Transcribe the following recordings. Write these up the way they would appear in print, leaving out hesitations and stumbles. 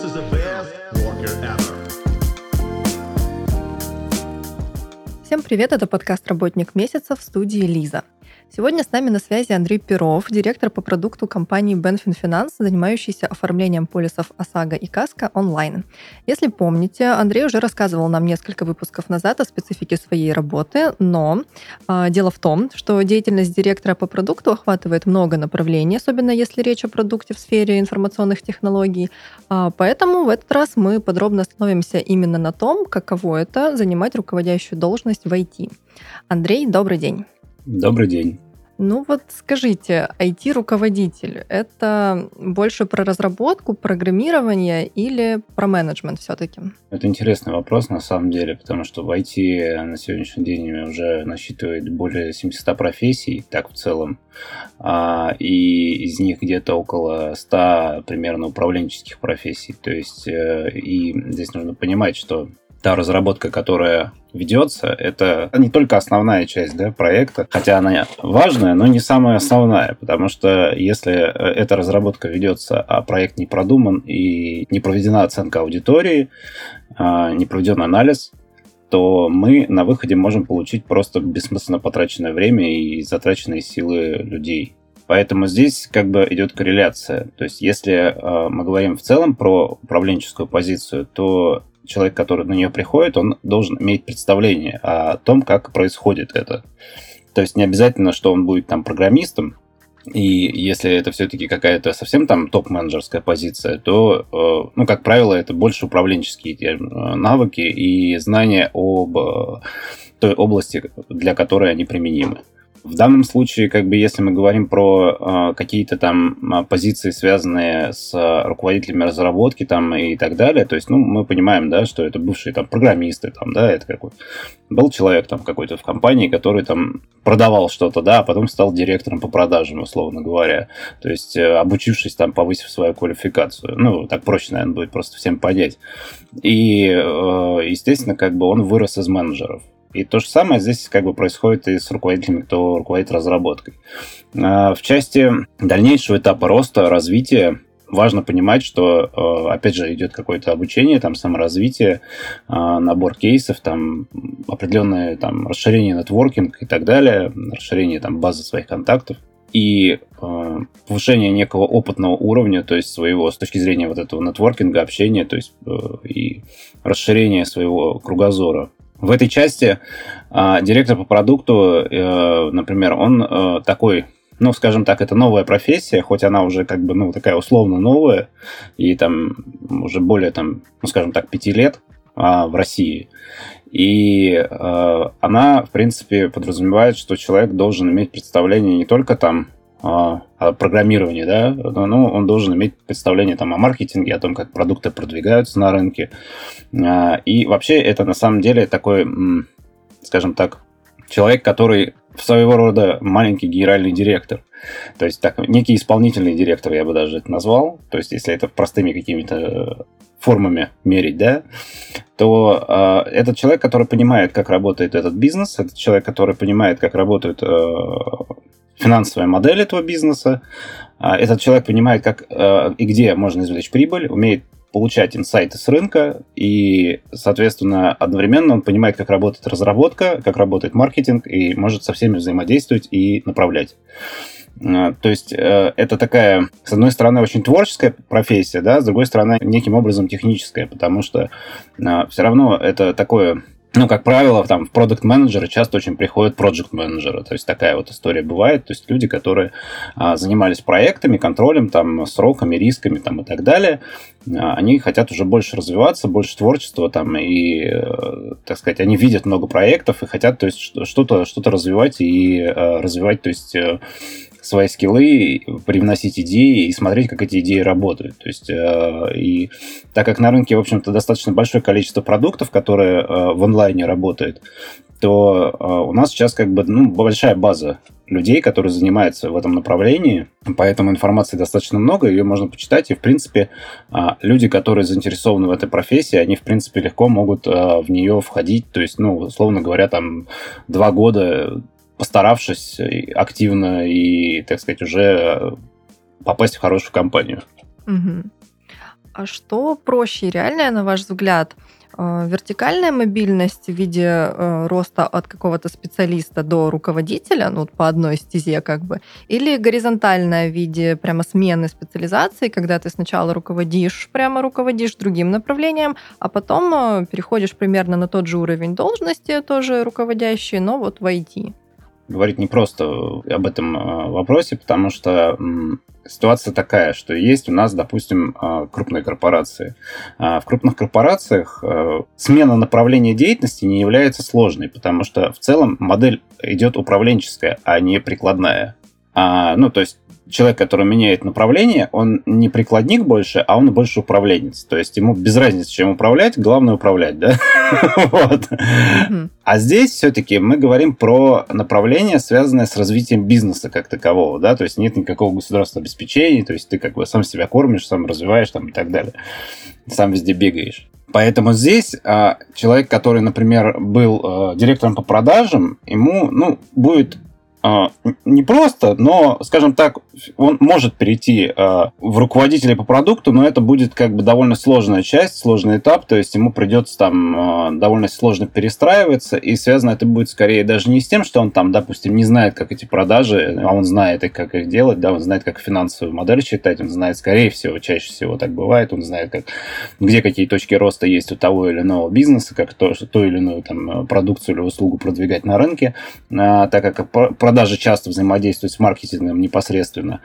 is the best worker ever. Всем привет, это подкаст «Работник месяца» в студии Лиза. Сегодня с нами на связи Андрей Перов, директор по продукту компании Benfin Finance, занимающийся оформлением полисов ОСАГО и КАСКО онлайн. Если помните, Андрей уже рассказывал нам несколько выпусков назад о специфике своей работы, но дело в том, что деятельность директора по продукту охватывает много направлений, особенно если речь о продукте в сфере информационных технологий. Поэтому в этот раз мы подробно остановимся именно на том, каково это занимать руководящую должность в IT. Андрей, добрый день. Добрый день. Ну вот скажите, IT-руководитель — это больше про разработку, программирование или про менеджмент все-таки? Это интересный вопрос на самом деле, потому что в IT на сегодняшний день уже насчитывает более 700 профессий, так в целом, и из них где-то около 100 примерно управленческих профессий. То есть и здесь нужно понимать, что та разработка, которая ведется, это не только основная часть проекта, хотя она важная, но не самая основная, потому что если эта разработка ведется, а проект не продуман и не проведена оценка аудитории, не проведен анализ, то мы на выходе можем получить просто бессмысленно потраченное время и затраченные силы людей. Поэтому здесь идет корреляция. То есть если мы говорим в целом про управленческую позицию, то человек, который на нее приходит, он должен иметь представление о том, как происходит это. То есть не обязательно, что он будет программистом, и если это все-таки какая-то совсем топ-менеджерская позиция, то, как правило, это больше управленческие навыки и знания об той области, для которой они применимы. В данном случае, если мы говорим про какие-то позиции, связанные с руководителями разработки и так далее, то есть, мы понимаем, что это бывшие программисты, это какой-то был человек какой-то в компании, который продавал что-то, а потом стал директором по продажам, условно говоря. То есть, обучившись повысив свою квалификацию. Так проще, наверное, будет просто всем понять. И, естественно, он вырос из менеджеров. И то же самое здесь происходит и с руководителями, кто руководит разработкой. В части дальнейшего этапа роста, развития важно понимать, что, опять же, идет какое-то обучение, саморазвитие, набор кейсов, определенное расширение нетворкинг и так далее, расширение базы своих контактов и повышение некого опытного уровня, то есть своего, с точки зрения этого нетворкинга, общения, то есть и расширение своего кругозора. В этой части директор по продукту, например, он такой, скажем так, это новая профессия, хоть она уже такая условно новая, и уже более, скажем так, 5 лет в России. И она, в принципе, подразумевает, что человек должен иметь представление не только о программировании, но он должен иметь представление о маркетинге, о том, как продукты продвигаются на рынке. И вообще это на самом деле такой, скажем так, человек, который своего рода маленький генеральный директор. То есть некий исполнительный директор, я бы даже это назвал. То есть если это простыми какими-то формами мерить, то этот человек, который понимает, как работает этот бизнес, это человек, который понимает, как работает финансовая модель этого бизнеса. Этот человек понимает, как и где можно извлечь прибыль, умеет получать инсайты с рынка, и, соответственно, одновременно он понимает, как работает разработка, как работает маркетинг, и может со всеми взаимодействовать и направлять. То есть это такая, с одной стороны, очень творческая профессия, с другой стороны, неким образом техническая, потому что все равно это такое... как правило, в продакт-менеджеры часто очень приходят проджект-менеджеры. То есть, такая вот история бывает. То есть, люди, которые занимались проектами, контролем, сроками, рисками и так далее, они хотят уже больше развиваться, больше творчества, и, так сказать, они видят много проектов и хотят, то есть, что-то развивать и развивать, то есть, свои скиллы, привносить идеи и смотреть, как эти идеи работают. То есть, и так как на рынке, в общем-то, достаточно большое количество продуктов, которые в онлайне работают, то у нас сейчас большая база людей, которые занимаются в этом направлении, поэтому информации достаточно много, ее можно почитать, и, в принципе, люди, которые заинтересованы в этой профессии, они, в принципе, легко могут в нее входить, то есть, условно говоря, 2 года постаравшись активно и, так сказать, уже попасть в хорошую компанию. Угу. А что проще и реальное, на ваш взгляд? Вертикальная мобильность в виде роста от какого-то специалиста до руководителя, ну, вот по одной стезе как бы, или горизонтальная в виде прямо смены специализации, когда ты сначала руководишь другим направлением, а потом переходишь примерно на тот же уровень должности, тоже руководящий, но вот в IT? Говорить не просто об этом вопросе, потому что ситуация такая, что есть у нас, допустим, крупные корпорации. В крупных корпорациях смена направления деятельности не является сложной, потому что в целом модель идет управленческая, а не прикладная. То есть человек, который меняет направление, он не прикладник больше, а он больше управленец. То есть ему без разницы, чем управлять, главное управлять, да? Вот. А здесь все-таки мы говорим про направление, связанное с развитием бизнеса как такового, да, то есть нет никакого государственного обеспечения, то есть ты как бы сам себя кормишь, сам развиваешь там и так далее, сам везде бегаешь. Поэтому здесь человек, который, например, был директором по продажам, ему, будет не просто, но, скажем так, он может перейти в руководителя по продукту, но это будет как бы довольно сложная часть, сложный этап, то есть ему придется там довольно сложно перестраиваться, и связано это будет скорее даже не с тем, что он там, допустим, не знает, как эти продажи, а он знает, как их делать, да, он знает, как финансовую модель считать, он знает, скорее всего, чаще всего так бывает, он знает, где какие точки роста есть у того или иного бизнеса, как ту или иную там продукцию или услугу продвигать на рынке, так как продажи часто взаимодействуют с маркетингом непосредственно.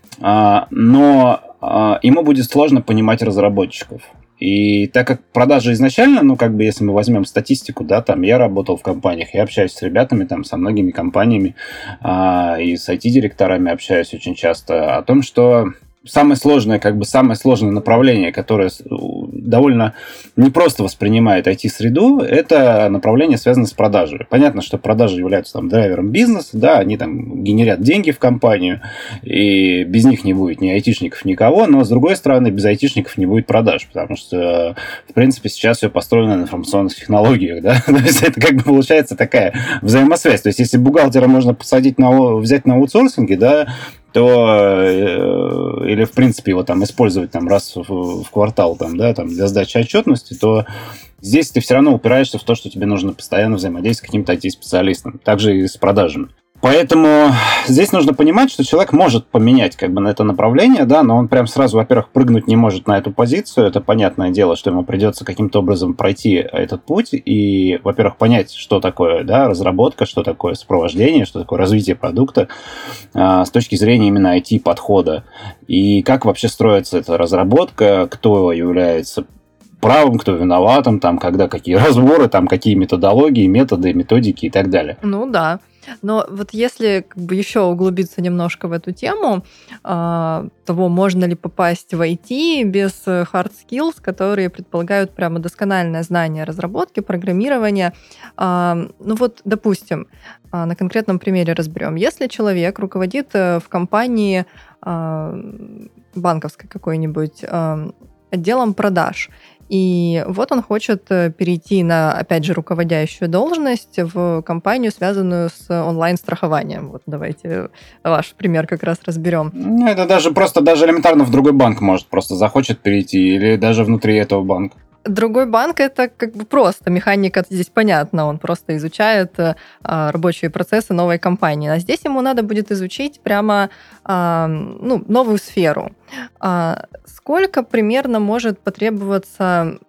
Но ему будет сложно понимать разработчиков. И так как продажи изначально, если мы возьмем статистику, да, там я работал в компаниях, я общаюсь с ребятами, там, со многими компаниями, и с IT-директорами общаюсь очень часто о том, что самое сложное направление, которое довольно непросто воспринимает IT-среду, это направление, связанное с продажей. Понятно, что продажи являются там драйвером бизнеса, да, они там генерят деньги в компанию, и без них не будет ни айтишников, никого, но, с другой стороны, без айтишников не будет продаж, потому что, в принципе, сейчас все построено на информационных технологиях, да, то есть это как бы получается такая взаимосвязь, то есть если бухгалтера можно взять на аутсорсинге, да, то или, в принципе, его там использовать там, раз в квартал там, да, там, для сдачи отчетности, то здесь ты все равно упираешься в то, что тебе нужно постоянно взаимодействовать с каким-то IT-специалистом. Также и с продажами. Поэтому здесь нужно понимать, что человек может поменять как бы на это направление, да, но он прям сразу, во-первых, прыгнуть не может на эту позицию. Это понятное дело, что ему придется каким-то образом пройти этот путь и, во-первых, понять, что такое, да, разработка, что такое сопровождение, что такое развитие продукта с точки зрения именно IT-подхода. И как вообще строится эта разработка, кто является правым, кто виноватым, там, когда какие разборы, там, какие методологии, методы, методики и так далее. Ну да. Но вот если как бы еще углубиться немножко в эту тему, того, можно ли попасть в IT без hard skills, которые предполагают прямо доскональное знание разработки, программирования. Допустим, на конкретном примере разберем. Если человек руководит в компании банковской какой-нибудь отделом продаж, и вот он хочет перейти на, опять же, руководящую должность в компанию, связанную с онлайн-страхованием. Вот давайте ваш пример как раз разберем. Это даже элементарно в другой банк может просто захочет перейти, или даже внутри этого банка. Другой банк — это как бы просто. Механика здесь понятна. Он просто изучает рабочие процессы новой компании. А здесь ему надо будет изучить прямо новую сферу. Сколько примерно может потребоваться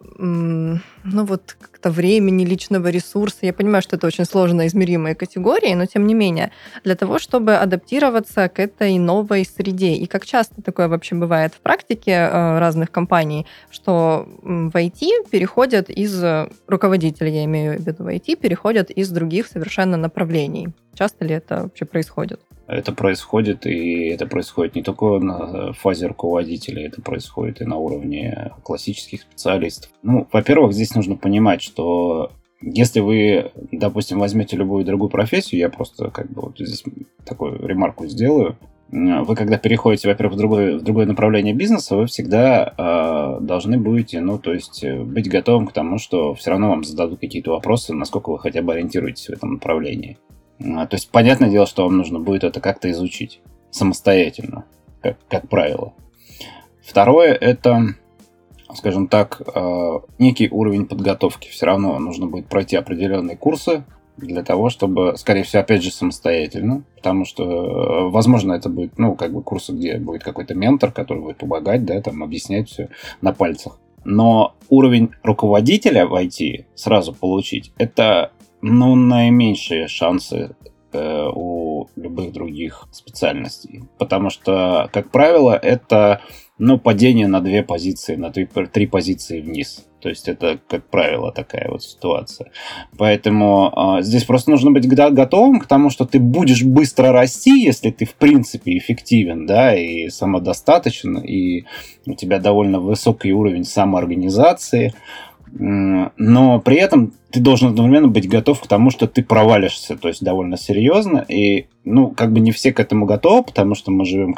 как-то времени, личного ресурса? Я понимаю, что это очень сложно измеримые категории, но тем не менее, для того, чтобы адаптироваться к этой новой среде. И как часто такое вообще бывает в практике разных компаний, что в IT переходят из руководителей, я имею в виду в IT, переходят из других совершенно направлений. Часто ли это вообще происходит? Это происходит, и это происходит не только на фазе руководителя, это происходит и на уровне классических специалистов. Во-первых, здесь нужно понимать, что если вы, допустим, возьмете любую другую профессию, я просто здесь такую ремарку сделаю, вы когда переходите, во-первых, в другое направление бизнеса, вы всегда должны будете, быть готовым к тому, что все равно вам зададут какие-то вопросы, насколько вы хотя бы ориентируетесь в этом направлении. То есть, понятное дело, что вам нужно будет это как-то изучить самостоятельно, как правило. Второе – это скажем так, некий уровень подготовки. Все равно нужно будет пройти определенные курсы для того, чтобы, скорее всего, опять же, самостоятельно, потому что, возможно, это будет, курсы, где будет какой-то ментор, который будет помогать, да, там, объяснять все на пальцах. Но уровень руководителя в IT сразу получить, это, наименьшие шансы у любых других специальностей. Потому что, как правило, это падение на 2 позиции, на 3 позиции вниз. То есть это, как правило, такая вот ситуация. Поэтому здесь просто нужно быть готовым к тому, что ты будешь быстро расти, если ты, в принципе, эффективен, да, и самодостаточен, и у тебя довольно высокий уровень самоорганизации. Но при этом ты должен одновременно быть готов к тому, что ты провалишься, то есть довольно серьезно. И, не все к этому готовы, потому что мы живем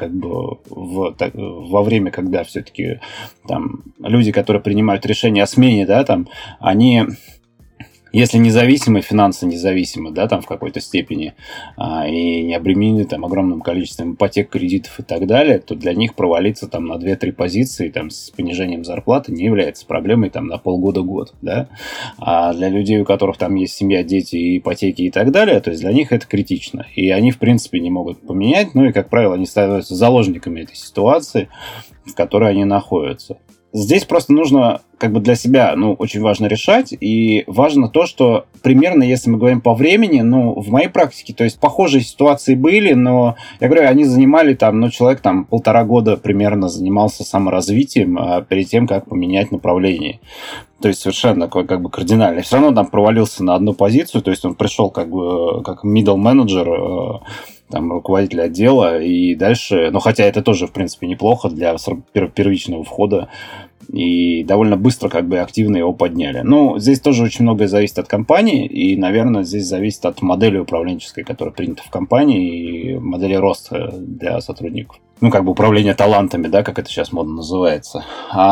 во время, когда все-таки там люди, которые принимают решения о смене, да, там, они... Если независимые, финансово независимы, да, там в какой-то степени, и не обременены там огромным количеством ипотек, кредитов и так далее, то для них провалиться там на 2-3 позиции там с понижением зарплаты не является проблемой там на полгода-год, да. А для людей, у которых там есть семья, дети, ипотеки и так далее, то есть для них это критично. И они, в принципе, не могут поменять, и, как правило, они становятся заложниками этой ситуации, в которой они находятся. Здесь просто нужно для себя, очень важно решать, и важно то, что примерно, если мы говорим по времени, в моей практике, то есть похожие ситуации были, но, я говорю, они занимали человек 1,5 года примерно занимался саморазвитием перед тем, как поменять направление. То есть совершенно кардинально. Все равно там провалился на одну позицию, то есть он пришел как middle manager, там, руководитель отдела, и дальше, хотя это тоже, в принципе, неплохо для первичного входа, и довольно быстро активно его подняли. Здесь тоже очень многое зависит от компании, и, наверное, здесь зависит от модели управленческой, которая принята в компании, и модели роста для сотрудников. Управление талантами, да, как это сейчас модно называется.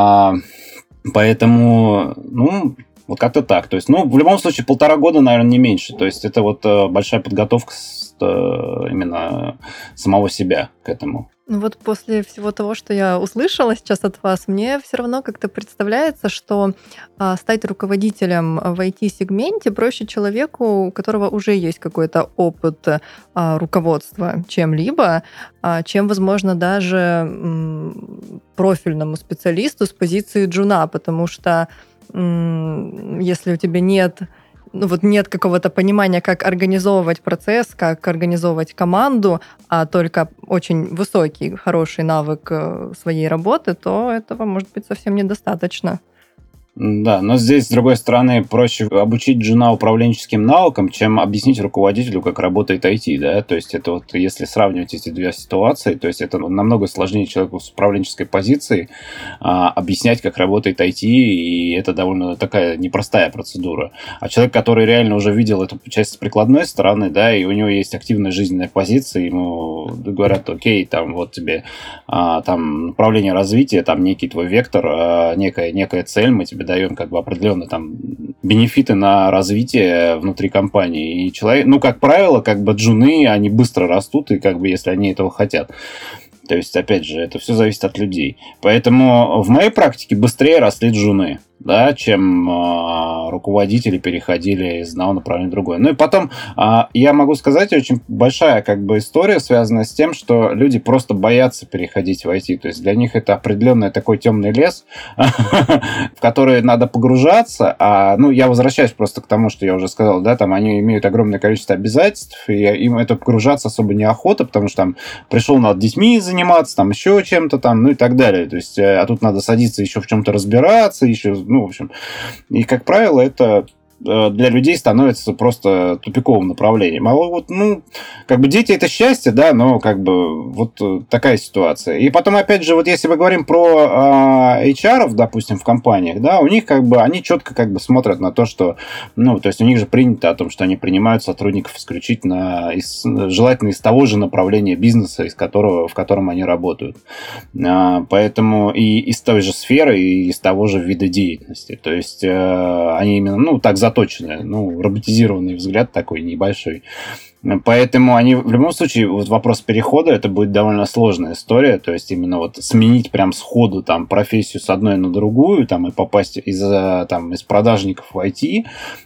Поэтому, вот как-то так. То есть, в любом случае, 1,5 года, наверное, не меньше. То есть, это большая подготовка именно самого себя к этому. После всего того, что я услышала сейчас от вас, мне все равно как-то представляется, что стать руководителем в IT-сегменте проще человеку, у которого уже есть какой-то опыт руководства чем-либо, чем, возможно, даже профильному специалисту с позиции джуна, потому что если у тебя нет какого-то понимания, как организовывать процесс, как организовывать команду, а только очень высокий, хороший навык своей работы, то этого может быть совсем недостаточно. Да, но здесь, с другой стороны, проще обучить джуна управленческим навыкам, чем объяснить руководителю, как работает IT, да, то есть это если сравнивать эти 2 ситуации, то есть это намного сложнее человеку с управленческой позиции объяснять, как работает IT, и это довольно такая непростая процедура. А человек, который реально уже видел эту часть с прикладной стороны, да, и у него есть активная жизненная позиция, ему говорят, окей, там вот тебе там направление развития, там некий твой вектор, некая цель, мы тебе даем определенные там бенефиты на развитие внутри компании. И человек, как правило, джуны, они быстро растут, и если они этого хотят. То есть, опять же, это все зависит от людей. Поэтому в моей практике быстрее росли джуны, да, чем руководители переходили из одного направления в другое. И потом, я могу сказать, очень большая история связана с тем, что люди просто боятся переходить в IT. То есть для них это определенный такой темный лес, в который надо погружаться. Я возвращаюсь просто к тому, что я уже сказал, да, там они имеют огромное количество обязательств, и им это погружаться особо неохота, потому что там пришел, надо детьми заниматься, там еще чем-то там, и так далее. То есть, а тут надо садиться еще в чем-то разбираться, еще, в общем. И, как правило, это для людей становится просто тупиковым направлением. А дети — это счастье, да, но такая ситуация. И потом, опять же, если мы говорим про HR, допустим, в компаниях, да, у них они четко смотрят на то, что, то есть у них же принято о том, что они принимают сотрудников исключительно желательно из того же направления бизнеса, в котором они работают. Поэтому и из той же сферы, и из того же вида деятельности. То есть они именно, так заточенная, роботизированный взгляд такой небольшой. Поэтому они в любом случае, вот вопрос перехода, это будет довольно сложная история, то есть именно вот сменить прям сходу там профессию с одной на другую, там и попасть из продажников в IT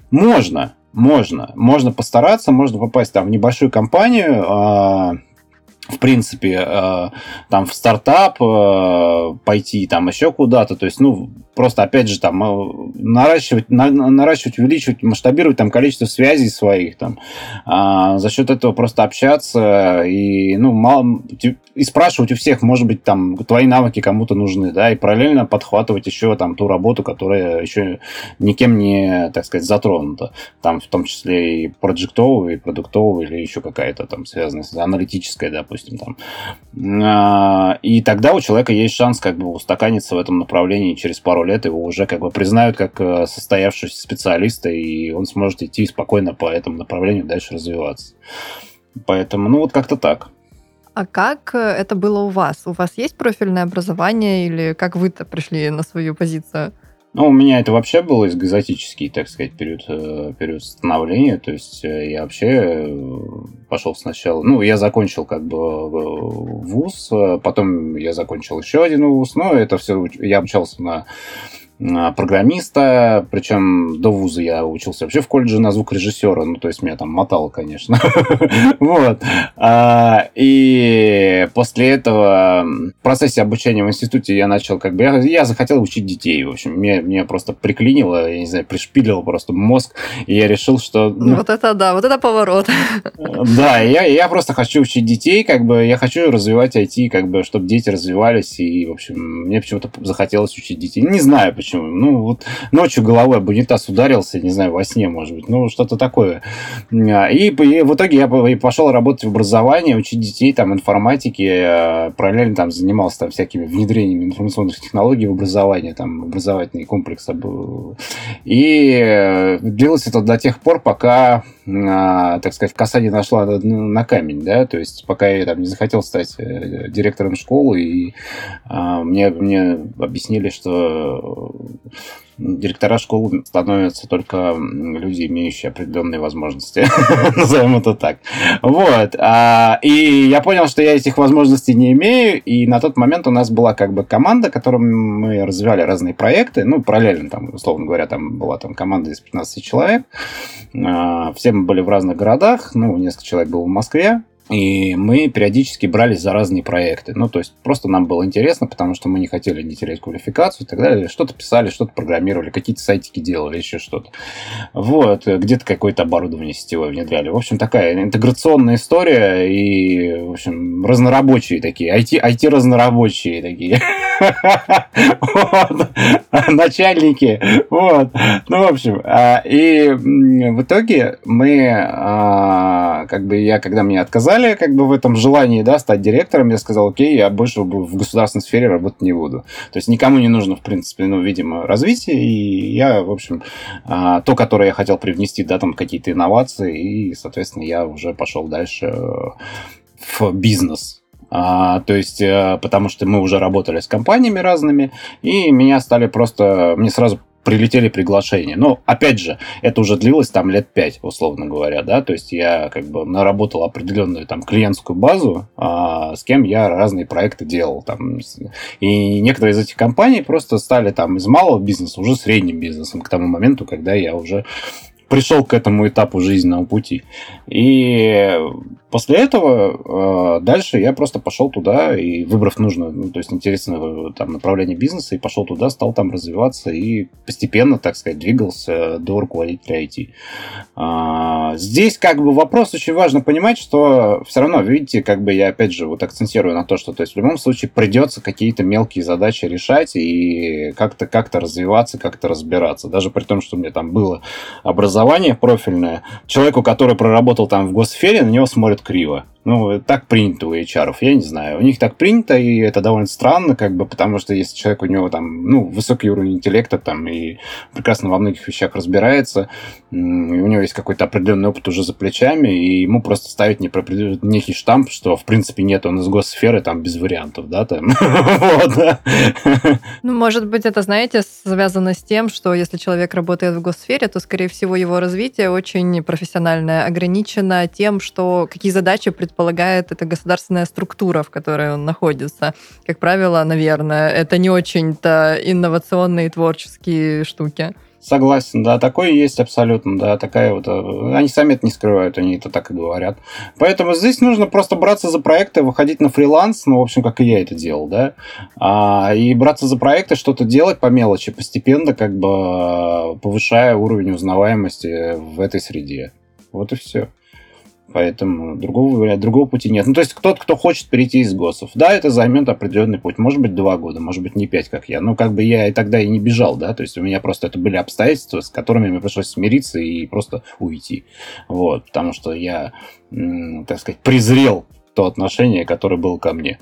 можно постараться, можно попасть там в небольшую компанию, в принципе, там в стартап пойти, там еще куда-то, то есть, просто, опять же, там наращивать, увеличивать, масштабировать там количество связей своих, там, за счет этого просто общаться и, и спрашивать у всех, может быть, там, твои навыки кому-то нужны, да, и параллельно подхватывать еще там ту работу, которая еще никем не, так сказать, затронута, там, в том числе и проджектовая, и продуктовая, или еще какая-то там связанная с аналитической, допустим, там. И тогда у человека есть шанс как бы устаканиться в этом направлении, через пару лет его уже как бы признают как состоявшегося специалиста, и он сможет идти спокойно по этому направлению дальше развиваться. Поэтому, вот как-то так. А как это было у вас? У вас есть профильное образование или как вы-то пришли на свою позицию? У меня это вообще был экзотический, так сказать, период становления. То есть я вообще пошел сначала... я закончил как бы вуз, потом я закончил еще один вуз, но это все... Я обучался на программиста, причем до вуза я учился вообще в колледже на звукорежиссера, то есть меня там мотало, конечно. Вот. И после этого в процессе обучения в институте я начал я захотел учить детей, в общем, мне просто приклинило, я не знаю, пришпилило просто мозг, и я решил, что... Вот это поворот. Да, я просто хочу учить детей, я хочу развивать IT, чтобы дети развивались, и, в общем, мне почему-то захотелось учить детей. Не знаю, почему. Ночью головой об унитаз ударился, не знаю, во сне, может быть, что-то такое. И в итоге я пошел работать в образовании, учить детей там информатике, параллельно там занимался там всякими внедрениями информационных технологий в образование, там образовательный комплекс был. И длилось это до тех пор, пока, так сказать, коса не нашла на камень, да, то есть пока я там не захотел стать директором школы, и мне объяснили, что директора школ становятся только люди, имеющие определенные возможности. Назовем это так. Вот. И я понял, что я этих возможностей не имею, и на тот момент у нас была команда, которой мы развивали разные проекты, параллельно, там, условно говоря, там была команда из 15 человек, все мы были в разных городах, несколько человек было в Москве, и мы периодически брались за разные проекты. То есть просто нам было интересно, потому что мы не хотели не терять квалификацию и так далее. Что-то писали, что-то программировали, какие-то сайтики делали, еще что-то. Вот. Где-то какое-то оборудование сетевое внедряли. В общем, такая интеграционная история и, в общем, разнорабочие такие. IT-разнорабочие такие. Начальники. Вот. В общем. И в итоге мы, когда мне отказали, в этом желании, да, стать директором, я сказал, окей, я больше в государственной сфере работать не буду. То есть никому не нужно, в принципе, видимо, развитие, и я, в общем, то, которое я хотел привнести, да, там какие-то инновации, и, соответственно, я уже пошел дальше в бизнес. То есть, потому что мы уже работали с компаниями разными, и мне сразу прилетели приглашения. Но, опять же, это уже длилось там лет 5, условно говоря, да, то есть я наработал определенную там клиентскую базу, с кем я разные проекты делал там. И некоторые из этих компаний просто стали там из малого бизнеса уже средним бизнесом к тому моменту, когда я уже пришел к этому этапу жизненного пути. И после этого дальше я просто пошел туда и, выбрав нужное, то есть интересное там направление бизнеса, и пошел туда, стал там развиваться и постепенно, так сказать, двигался до руководителя IT. Здесь вопрос очень важно понимать, что все равно, видите, я опять же акцентирую на то, что то есть в любом случае придется какие-то мелкие задачи решать и как-то развиваться, как-то разбираться. Даже при том, что у меня там было образование профильное, человеку, который проработал там в госсфере, на него смотрят криво. Ну, так принято у HR, я не знаю. У них так принято, и это довольно странно, как бы, потому что если человек, у него там, ну, высокий уровень интеллекта там и прекрасно во многих вещах разбирается, и у него есть какой-то определенный опыт уже за плечами, и ему просто ставить некий штамп, что, в принципе, нет, он из госсферы, там, без вариантов, да, там. Ну, может быть, это, знаете, связано с тем, что если человек работает в госсфере, то, скорее всего, его развитие очень профессиональное, ограничено тем, что какие задачи предполагает эта государственная структура, в которой он находится. Как правило, наверное, это не очень-то инновационные творческие штуки. Согласен, да, такое есть абсолютно, да, такая вот, они сами это не скрывают, они это так и говорят. Поэтому здесь нужно просто браться за проекты, выходить на фриланс, ну, в общем, как и я это делал, да, и браться за проекты, что-то делать по мелочи, постепенно, как бы повышая уровень узнаваемости в этой среде. Вот и все. Поэтому другого пути нет. Ну, то есть кто-то, кто хочет перейти из ГОСов, да, это займет определенный путь. Может быть, 2 года, может быть, не 5, как я. Ну, как бы я и тогда и не бежал, да, то есть у меня просто это были обстоятельства, с которыми мне пришлось смириться и просто уйти. Вот, потому что я, так сказать, презрел то отношение, которое было ко мне.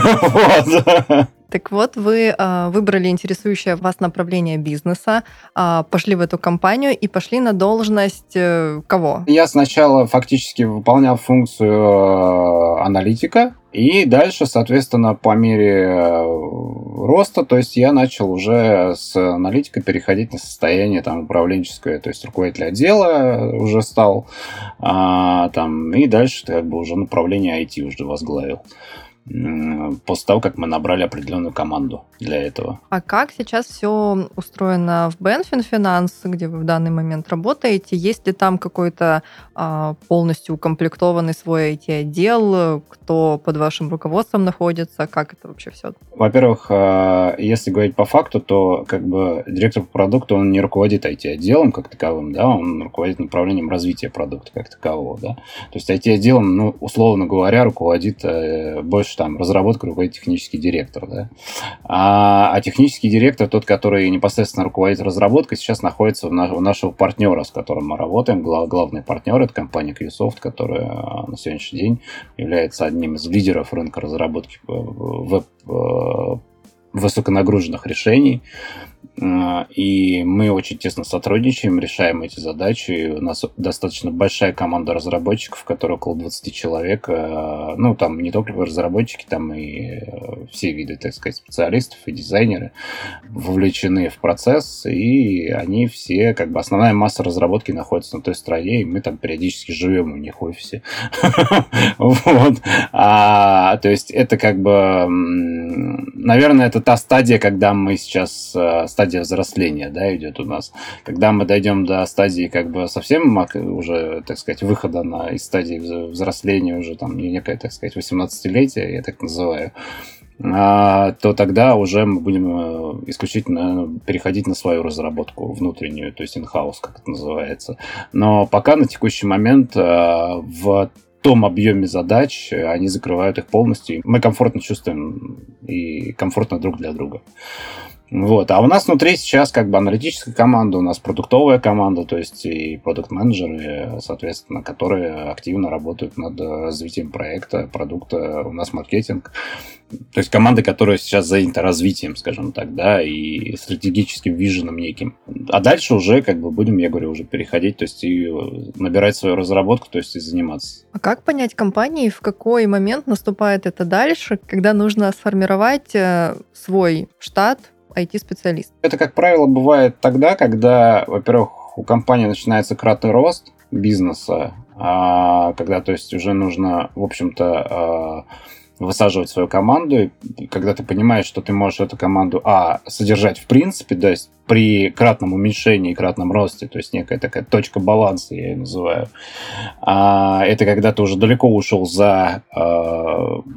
Так вот, вы выбрали интересующее вас направление бизнеса, пошли в эту компанию и пошли на должность кого? Я сначала фактически выполнял функцию аналитика, и дальше, соответственно, по мере роста, то есть я начал уже с аналитика переходить на состояние там, управленческое, то есть руководитель отдела уже стал, и дальше как бы уже направление IT уже возглавил. После того, как мы набрали определенную команду для этого. А как сейчас все устроено в Benfin Finance, где вы в данный момент работаете? Есть ли там какой-то полностью укомплектованный свой IT-отдел? Кто под вашим руководством находится? Как это вообще все? Во-первых, если говорить по факту, то как бы директор по продукту, он не руководит IT-отделом как таковым, да, он руководит направлением развития продукта как такового, да. То есть IT-отделом, ну, условно говоря, руководит больше там разработкой, руководит технический директор, да. А технический директор, тот, который непосредственно руководит разработкой, сейчас находится у нашего партнера, с которым мы работаем. Главный партнер — это компания Qsoft, которая на сегодняшний день является одним из лидеров рынка разработки высоконагруженных решений. И мы очень тесно сотрудничаем, решаем эти задачи. У нас достаточно большая команда разработчиков, которая около 20 человек. Ну, там не только разработчики, там и все виды, так сказать, специалистов и дизайнеры вовлечены в процесс, и они все, как бы, основная масса разработки находится на той стороне, и мы там периодически живем у них в офисе. То есть это как бы, наверное, это та стадия, когда мы сейчас, стадия взросления, да, идет у нас. Когда мы дойдем до стадии как бы совсем уже, так сказать, выхода из стадии взросления, уже там некое, так сказать, 18-летие, я так называю, то тогда уже мы будем исключительно переходить на свою разработку внутреннюю, то есть in-house, как это называется. Но пока на текущий момент в том объеме задач они закрывают их полностью. Мы комфортно чувствуем и комфортно друг для друга. Вот. А у нас внутри сейчас как бы аналитическая команда, у нас продуктовая команда, то есть и продукт-менеджеры, соответственно, которые активно работают над развитием проекта, продукта, у нас маркетинг. То есть команда, которая сейчас занята развитием, скажем так, да, и стратегическим виженом неким. А дальше уже как бы будем, я говорю, уже переходить, то есть и набирать свою разработку, то есть и заниматься. А как понять компании, в какой момент наступает это дальше, когда нужно сформировать свой штат IT-специалист? Это, как правило, бывает тогда, когда, во-первых, у компании начинается кратный рост бизнеса, когда, то есть, уже нужно, в общем-то, высаживать свою команду, и когда ты понимаешь, что ты можешь эту команду, содержать в принципе, то есть при кратном уменьшении и кратном росте, то есть некая такая точка баланса, я ее называю. Это когда ты уже далеко ушел за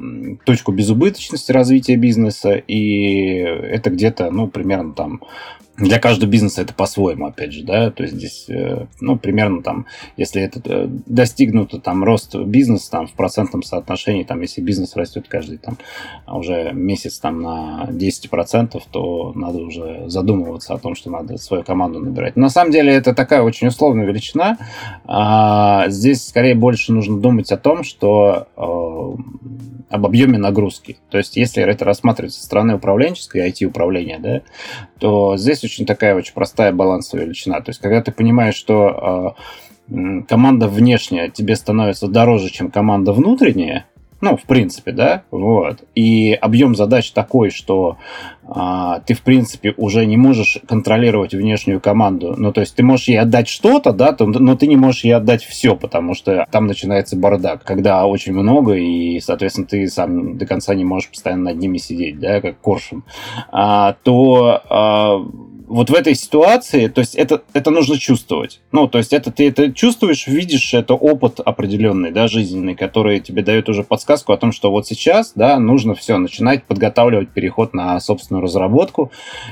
точку безубыточности развития бизнеса, и это где-то, ну, примерно там Для каждого бизнеса это по-своему, опять же, да, то есть здесь, примерно там, если это достигнуто там рост бизнеса там в процентном соотношении, там, если бизнес растет каждый там уже месяц там на 10%, то надо уже задумываться о том, что надо свою команду набирать. Но на самом деле это такая очень условная величина. Здесь скорее больше нужно думать о том, что об объеме нагрузки. То есть если это рассматривать со стороны управленческой, IT-управления, да, то здесь очень простая балансовая величина. То есть, когда ты понимаешь, что команда внешняя тебе становится дороже, чем команда внутренняя, в принципе, да, вот, и объем задач такой, что ты, в принципе, уже не можешь контролировать внешнюю команду. То есть ты можешь ей отдать что-то, да, но ты не можешь ей отдать все, потому что там начинается бардак, когда очень много, и, соответственно, ты сам до конца не можешь постоянно над ними сидеть, да, как коршун, вот в этой ситуации, то есть это нужно чувствовать. То есть ты это чувствуешь, видишь, это опыт определенный, да, жизненный, который тебе дает уже подсказку о том, что вот сейчас, да, нужно все, начинать подготавливать переход на собственную разработку,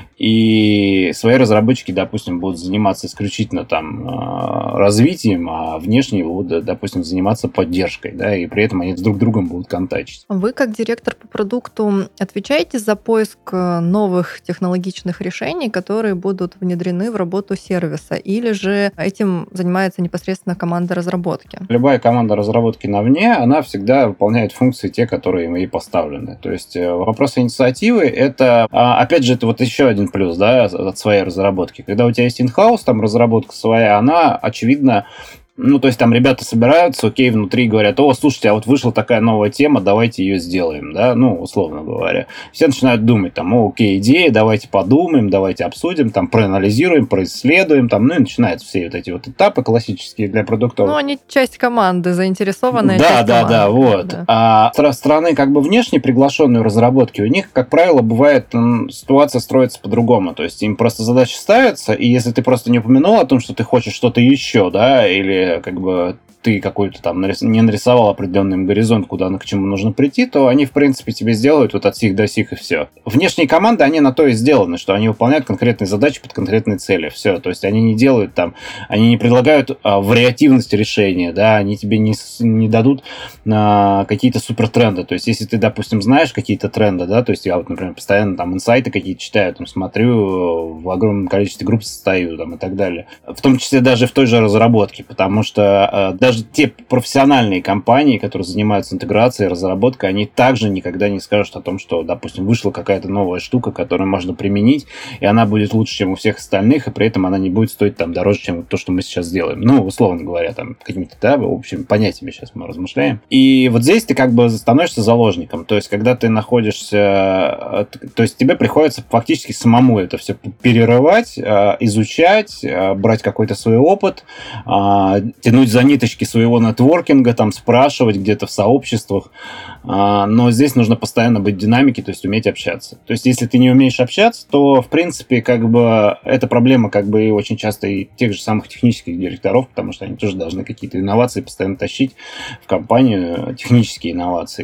и свои разработчики, допустим, будут заниматься исключительно там развитием, а внешние будут, допустим, заниматься поддержкой, да, и при этом они с друг другом будут контачить. Вы, как директор по продукту, отвечаете за поиск новых технологичных решений, которые будут внедрены в работу сервиса, или же этим занимается непосредственно команда разработки? Любая команда разработки навне, она всегда выполняет функции те, которые ей поставлены. То есть вопрос инициативы — это, опять же, это вот еще один плюс, да, от своей разработки. Когда у тебя есть in-house, там разработка своя, она, очевидно, то есть там ребята собираются, окей, внутри говорят: о, слушайте, а вот вышла такая новая тема, давайте ее сделаем, да, условно говоря. Все начинают думать, там, окей, идея, давайте подумаем, давайте обсудим, там, проанализируем, происследуем, там, и начинаются все вот эти вот этапы классические для продуктов. Они часть команды, заинтересованная да, часть команды. Да, вот. Да. А со стороны как бы внешней приглашенной разработки у них, как правило, бывает ситуация строится по-другому, то есть им просто задачи ставятся, и если ты просто не упомянул о том, что ты хочешь что-то еще, да, или как бы ты какой-то там не нарисовал определенный горизонт, куда к чему нужно прийти, то они, в принципе, тебе сделают вот от сих до сих и все. Внешние команды, они на то и сделаны, что они выполняют конкретные задачи под конкретные цели. Все. То есть они не делают там, они не предлагают вариативность решения, да, они тебе не дадут какие-то супертренды. То есть если ты, допустим, знаешь какие-то тренды, да, то есть я вот, например, постоянно там инсайты какие-то читаю, там смотрю, в огромном количестве групп состою там и так далее. В том числе даже в той же разработке, потому что даже те профессиональные компании, которые занимаются интеграцией, разработкой, они также никогда не скажут о том, что, допустим, вышла какая-то новая штука, которую можно применить, и она будет лучше, чем у всех остальных, и при этом она не будет стоить там дороже, чем то, что мы сейчас делаем. Условно говоря, там какими-то, да, в общем, понятиями сейчас мы размышляем. И вот здесь ты как бы становишься заложником. То есть, когда ты находишься... То есть, тебе приходится фактически самому это все перерывать, изучать, брать какой-то свой опыт, тянуть за ниточки своего нетворкинга, там спрашивать где-то в сообществах, но здесь нужно постоянно быть в динамике, то есть уметь общаться. То есть если ты не умеешь общаться, то в принципе как бы эта проблема как бы и очень часто и тех же самых технических директоров, потому что они тоже должны какие-то инновации постоянно тащить в компанию, технические инновации,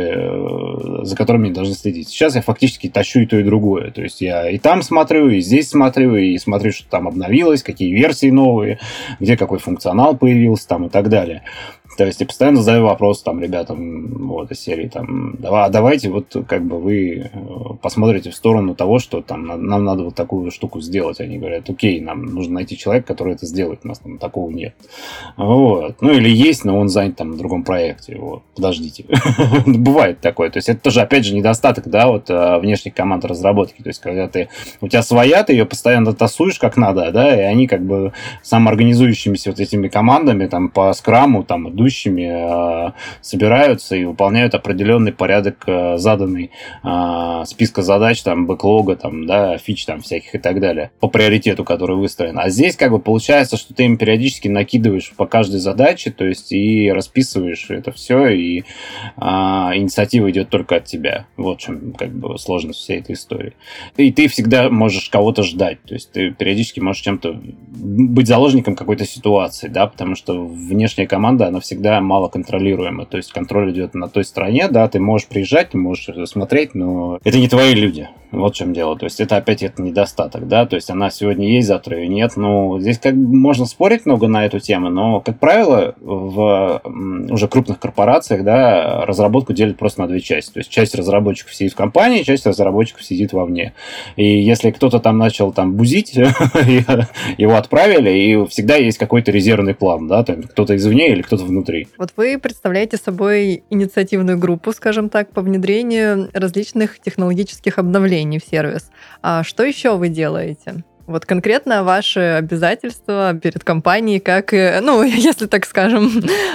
за которыми они должны следить. Сейчас я фактически тащу и то, и другое. То есть я и там смотрю, и здесь смотрю, и смотрю, что там обновилось, какие версии новые, где какой функционал появился там и так далее. То есть я постоянно задаю вопрос там ребятам вот из серии там, давайте вот как бы вы посмотрите в сторону того, что там нам надо вот такую штуку сделать. Они говорят: окей, нам нужно найти человека, который это сделает, у нас там такого нет. Вот. Или есть, но он занят там на другом проекте. Вот. Подождите. Бывает такое. То есть это тоже, опять же, недостаток, да, вот внешних команд разработки. То есть когда у тебя своя, ты ее постоянно тасуешь как надо, да, и они как бы самоорганизующимися вот этими командами там по скраму, там идущими собираются и выполняют определенный порядок заданный списка задач, там, бэклога, там, да, фич там всяких и так далее, по приоритету, который выстроен. А здесь как бы получается, что ты им периодически накидываешь по каждой задаче, то есть и расписываешь это все, и инициатива идет только от тебя. Вот в чем как бы сложность всей этой истории. И ты всегда можешь кого-то ждать, то есть ты периодически можешь чем-то быть заложником какой-то ситуации, да, потому что внешняя команда, она всегда мало контролируема, то есть контроль идет на той стороне, да, ты можешь приезжать, ты можешь смотреть, но это не твои люди. Вот в чем дело. То есть это опять это недостаток, да, то есть она сегодня есть, завтра ее нет. Ну, здесь как бы можно спорить много на эту тему, но, как правило, в уже крупных корпорациях, да, разработку делят просто на две части. То есть часть разработчиков сидит в компании, часть разработчиков сидит вовне. И если кто-то там начал там бузить, его отправили, и всегда есть какой-то резервный план, да, там кто-то извне или кто-то внутри. Вот вы представляете собой инициативную группу, скажем так, по внедрению различных технологических обновлений в сервис. А что еще вы делаете? Вот конкретно ваши обязательства перед компанией, как, ну, если так скажем,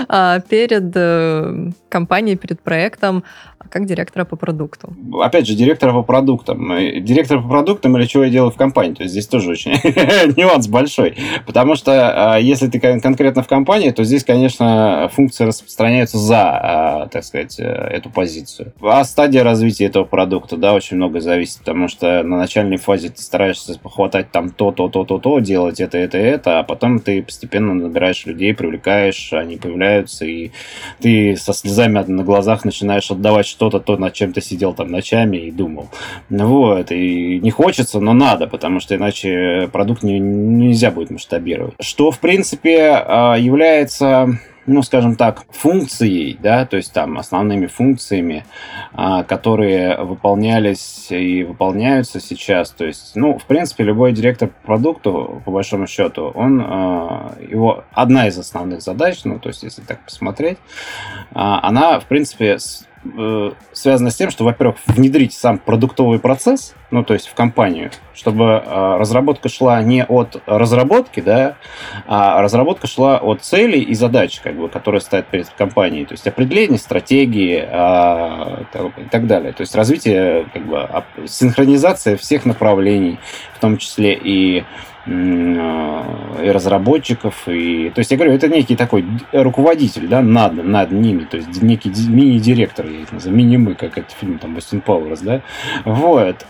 перед компанией, перед проектом, как директора по продукту? Опять же, директора по продуктам. Директор по продуктам или что я делаю в компании? То есть здесь тоже очень нюанс большой. Потому что если ты конкретно в компании, то здесь, конечно, функции распространяются за, так сказать, эту позицию. А стадия развития этого продукта, да, очень много зависит. Потому что на начальной фазе ты стараешься похватать там то, делать это, а потом ты постепенно набираешь людей, привлекаешь, они появляются, и ты со слезами на глазах начинаешь отдавать что-то, то, над чем ты сидел там ночами и думал. Вот, и не хочется, но надо, потому что иначе продукт нельзя будет масштабировать. Что, в принципе, является, ну, скажем так, функцией, да, то есть там основными функциями, которые выполнялись и выполняются сейчас. То есть, ну, в принципе, любой директор по продукту, по большому счету, его одна из основных задач, ну, то есть, если так посмотреть, она, в принципе, связано с тем, что, во-первых, внедрить сам продуктовый процесс, ну, то есть в компанию, чтобы разработка шла не от разработки, да, а разработка шла от целей и задач, как бы, которые стоят перед компанией, то есть определение стратегии и так далее. То есть развитие, как бы, синхронизация всех направлений, в том числе и разработчиков. То есть, я говорю, это некий такой руководитель, да, над ними, то есть некий мини-директор, я их называю, мини-мы, как это фильм, там, Остин Пауэрс, да, вот.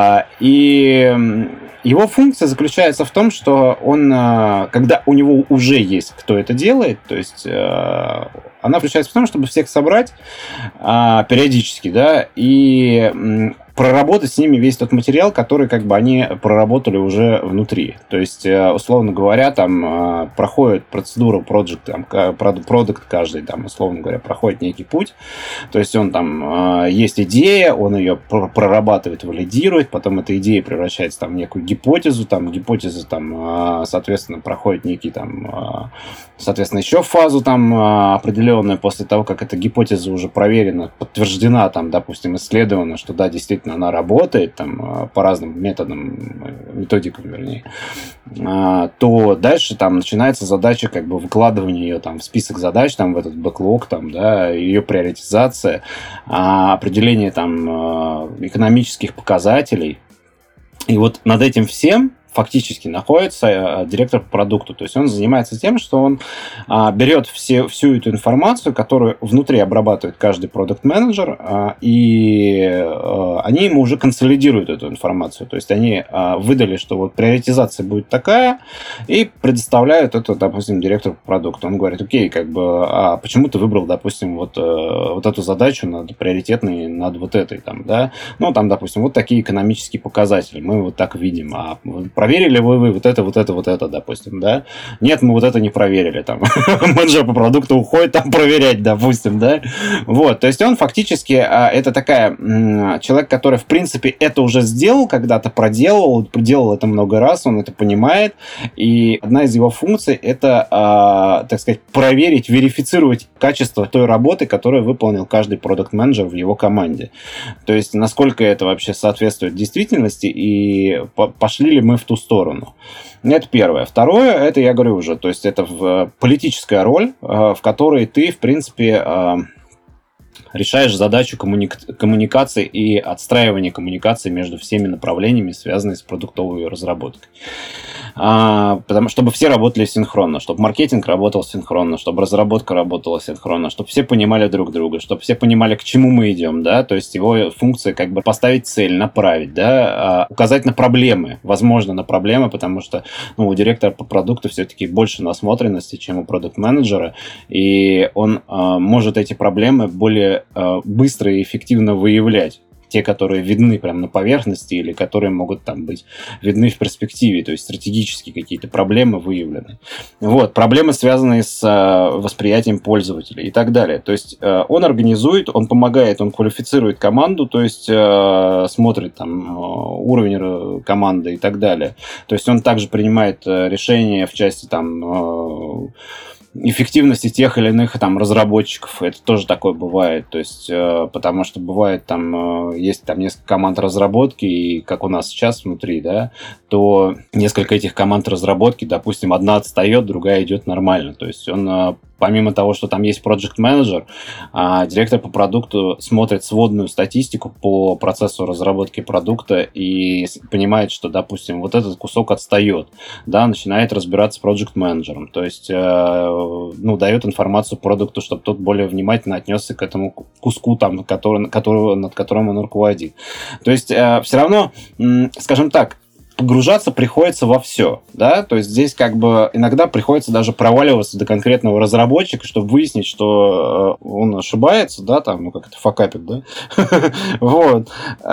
И его функция заключается в том, что он, когда у него уже есть кто это делает, то есть она заключается в том, чтобы всех собрать периодически, да, и проработать с ними весь тот материал, который, как бы, они проработали уже внутри. То есть, условно говоря, там проходит процедуру продукт каждый, там, условно говоря, проходит некий путь. То есть он там есть идея, он ее прорабатывает, валидирует, потом эта идея превращается там в некую гипотезу, там гипотеза там, соответственно, проходит некий там, соответственно, еще фазу там определенную после того, как эта гипотеза уже проверена, подтверждена, там, допустим, исследована, что да, действительно она работает там по разным методикам, вернее, то дальше там начинается задача, как бы, выкладывания ее там в список задач, там в этот бэклог, там, да, ее приоритизация, определение там экономических показателей. И вот над этим всем фактически находится директор по продукту. То есть он занимается тем, что он берет всю эту информацию, которую внутри обрабатывает каждый продукт-менеджер, и они ему уже консолидируют эту информацию. То есть они выдали, что вот приоритизация будет такая, и предоставляют это, допустим, директору по продукту. Он говорит: окей, как бы, почему ты выбрал, допустим, вот эту задачу над приоритетной, над вот этой, там, да? Ну, там, допустим, вот такие экономические показатели, мы вот так видим, проверили вы вот это, допустим, да? Нет, мы вот это не проверили, там. Менеджер по продукту уходит там проверять, допустим, да? Вот, то есть он фактически, это человек, который, в принципе, это уже сделал когда-то, проделал это много раз, он это понимает, и одна из его функций это, так сказать, проверить, верифицировать качество той работы, которую выполнил каждый продукт-менеджер в его команде. То есть, насколько это вообще соответствует действительности, и пошли ли мы в ту сторону. Это первое. Второе, это, я говорю уже, то есть это политическая роль, в которой ты, в принципе, решаешь задачу коммуникации и отстраивания коммуникации между всеми направлениями, связанными с продуктовой разработкой. Чтобы все работали синхронно, чтобы маркетинг работал синхронно, чтобы разработка работала синхронно, чтобы все понимали друг друга, чтобы все понимали, к чему мы идем, да, то есть его функция как бы поставить цель, направить, да, указать на проблемы, возможно, на проблемы, потому что, ну, у директора по продукту все-таки больше насмотренности, чем у продукт-менеджера, и он может эти проблемы более быстро и эффективно выявлять. те, которые видны прямо на поверхности или которые могут там быть видны в перспективе, то есть стратегические какие-то проблемы выявлены. Вот, проблемы, связанные с восприятием пользователя и так далее. То есть он организует, он помогает, он квалифицирует команду, то есть смотрит там уровень команды и так далее. То есть он также принимает решения в части там эффективности тех или иных там разработчиков. Это тоже такое бывает. То есть, потому что бывает там, есть там несколько команд разработки, и как у нас сейчас внутри, да, то несколько этих команд разработки, допустим, одна отстает, другая идет нормально. То есть он помимо того, что там есть project manager, директор по продукту смотрит сводную статистику по процессу разработки продукта и понимает, что, допустим, вот этот кусок отстает, да, начинает разбираться с project менеджером, то есть, дает информацию продукту, чтобы тот более внимательно отнесся к этому куску, там, над которым он руководит. То есть, все равно, скажем так, погружаться приходится во все, да, то есть здесь как бы иногда приходится даже проваливаться до конкретного разработчика, чтобы выяснить, что он ошибается, да, там, как это, факапит, да, вот,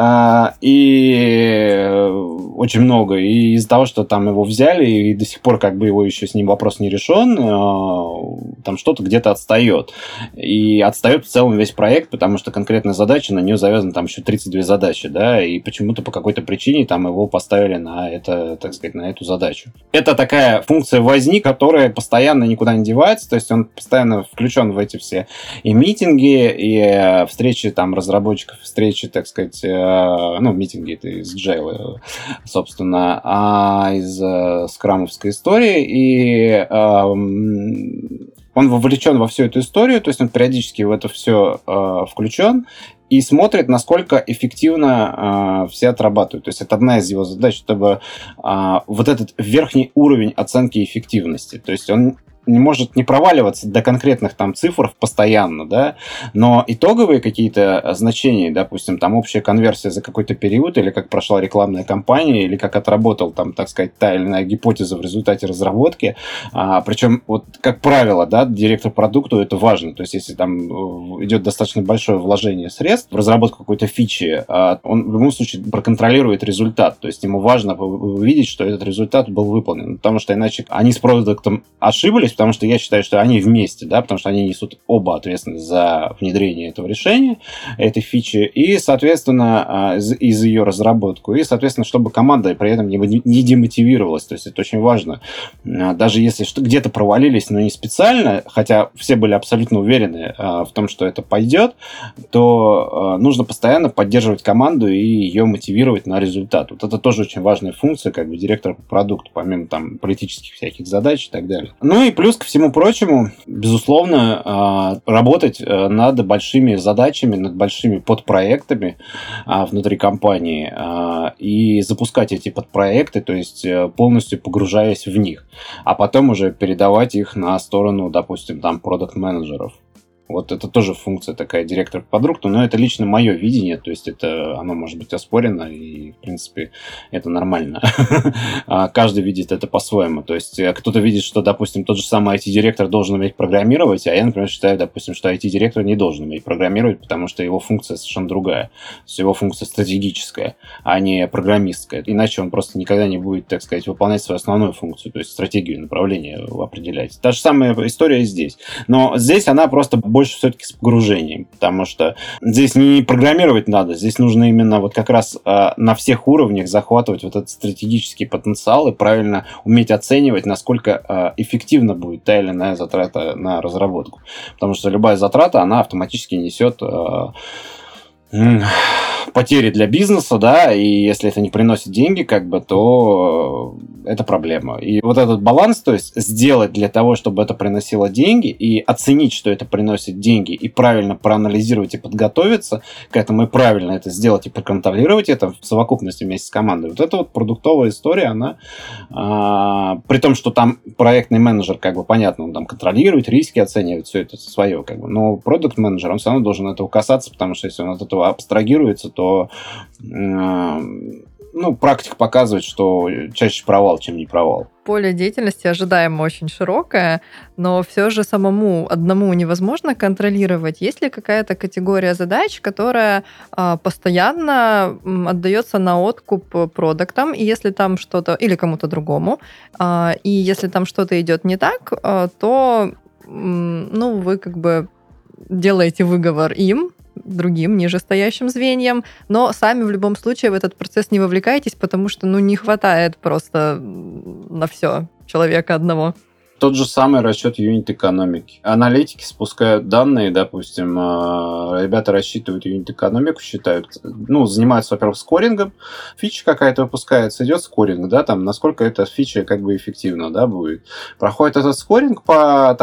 и очень много, и из-за того, что там его взяли, и до сих пор как бы его еще с ним вопрос не решен, там что-то где-то отстает, и отстает в целом весь проект, потому что конкретная задача, на нее завязаны там еще 32 задачи, да, и почему-то по какой-то причине там его поставили на это, так сказать, на эту задачу. Это такая функция возни, которая постоянно никуда не девается, то есть он постоянно включен в эти все и митинги, и встречи там разработчиков, встречи, так сказать, митинги это из Agile, собственно, из скрамовской истории, и он вовлечен во всю эту историю, то есть он периодически в это все включен и смотрит, насколько эффективно все отрабатывают. То есть это одна из его задач, чтобы вот этот верхний уровень оценки эффективности. То есть он не может не проваливаться до конкретных там цифр постоянно, да, но итоговые какие-то значения, допустим, там общая конверсия за какой-то период, или как прошла рекламная кампания, или как отработал там, так сказать, та или иная гипотеза в результате разработки, причем вот как правило, да, директор продукту это важно, то есть если там идет достаточно большое вложение средств в разработку какой-то фичи, он в любом случае проконтролирует результат, то есть ему важно увидеть, что этот результат был выполнен, потому что иначе они с продуктом ошиблись, потому что я считаю, что они вместе, да, потому что они несут оба ответственность за внедрение этого решения, этой фичи, и, соответственно, из ее разработку, и, соответственно, чтобы команда при этом не демотивировалась, то есть это очень важно. Даже если где-то провалились, но не специально, хотя все были абсолютно уверены в том, что это пойдет, то нужно постоянно поддерживать команду и ее мотивировать на результат. Вот это тоже очень важная функция, как бы, директора по продукту, помимо там политических всяких задач и так далее. Ну и плюс ко всему прочему, безусловно, работать над большими задачами, над большими подпроектами внутри компании и запускать эти подпроекты, то есть полностью погружаясь в них, а потом уже передавать их на сторону, допустим, там продакт-менеджеров. Вот это тоже функция такая директор по продукту, но это лично мое видение, то есть это оно может быть оспорено, и, в принципе, это нормально. Каждый видит это по-своему. То есть кто-то видит, что, допустим, тот же самый IT-директор должен уметь программировать, а я, например, считаю, допустим, что IT-директор не должен уметь программировать, потому что его функция совершенно другая. То есть его функция стратегическая, а не программистская. Иначе он просто никогда не будет, так сказать, выполнять свою основную функцию, то есть стратегию, направление определять. Та же самая история и здесь. Но здесь она просто больше все-таки с погружением, потому что здесь не программировать надо, здесь нужно именно вот как раз на всех уровнях захватывать вот этот стратегический потенциал и правильно уметь оценивать, насколько эффективно будет та или иная затрата на разработку. Потому что любая затрата, она автоматически несет потери для бизнеса, да, и если это не приносит деньги, как бы, то это проблема. И вот этот баланс, то есть сделать для того, чтобы это приносило деньги, и оценить, что это приносит деньги, и правильно проанализировать и подготовиться к этому, и правильно это сделать, и проконтролировать это в совокупности вместе с командой. Вот эта вот продуктовая история, она, при том, что там проектный менеджер, как бы, понятно, он там контролирует, риски оценивает, все это свое, как бы, но продукт-менеджер, он все равно должен этого касаться, потому что если он от этого абстрагируется, то практика показывает, что чаще провал, чем не провал. Поле деятельности ожидаемо очень широкое, но все же самому одному невозможно контролировать. Есть ли какая-то категория задач, которая постоянно отдается на откуп продуктам, и если там что-то, или кому-то другому, и если там что-то идет не так, то вы как бы делаете выговор им, другим нижестоящим звеньям, но сами в любом случае в этот процесс не вовлекаетесь, потому что не хватает просто на все человека одного. Тот же самый расчет юнит-экономики. Аналитики спускают данные, допустим, ребята рассчитывают юнит-экономику, считают, занимаются, во-первых, скорингом, фича какая-то выпускается, идет скоринг, да, там, насколько эта фича как бы эффективна, да, будет. Проходит этот скоринг по,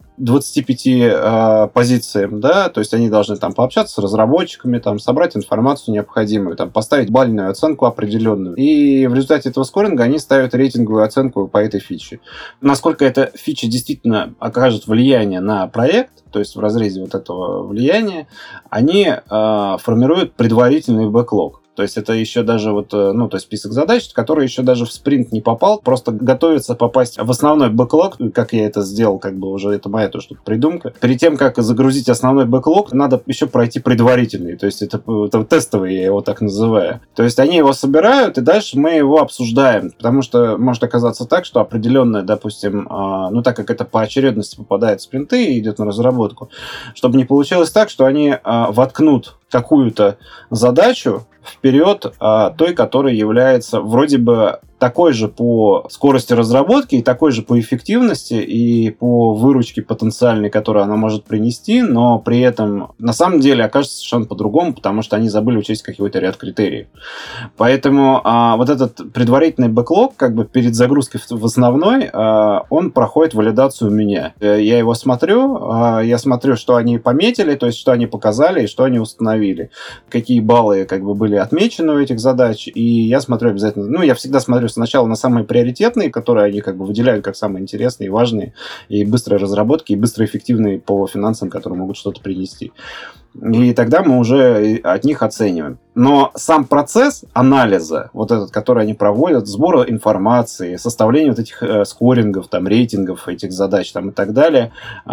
25 позициям, да, то есть они должны там пообщаться с разработчиками, там, собрать информацию необходимую, там, поставить бальную оценку определенную. И в результате этого скоринга они ставят рейтинговую оценку по этой фиче. Насколько эта фича действительно окажет влияние на проект, то есть в разрезе вот этого влияния, они формируют предварительный бэклог. То есть это еще даже то есть список задач, который еще даже в спринт не попал, просто готовится попасть в основной бэклог, как я это сделал, как бы уже это моя тоже придумка. Перед тем, как загрузить основной бэклог, надо еще пройти предварительный, то есть это тестовый, я его так называю. То есть они его собирают, и дальше мы его обсуждаем, потому что может оказаться так, что определенное, допустим, так как это по очередности попадает в спринты и идет на разработку, чтобы не получилось так, что они воткнут какую-то задачу вперед той, которая является вроде бы такой же по скорости разработки, и такой же по эффективности, и по выручке потенциальной, которую она может принести, но при этом на самом деле окажется совершенно по-другому, потому что они забыли учесть какой-то ряд критериев. Поэтому вот этот предварительный бэклог, как бы перед загрузкой в основной, он проходит валидацию у меня. Я его смотрю, что они пометили, то есть что они показали и что они установили, какие баллы как бы были отмечены у этих задач, и я смотрю обязательно, я всегда смотрю сначала на самые приоритетные, которые они как бы выделяют как самые интересные, важные, и быстрые разработки, и быстро эффективные по финансам, которые могут что-то принести. И тогда мы уже от них оцениваем. Но сам процесс анализа, вот этот, который они проводят, сбора информации, составления вот этих скорингов, рейтингов этих задач и так далее,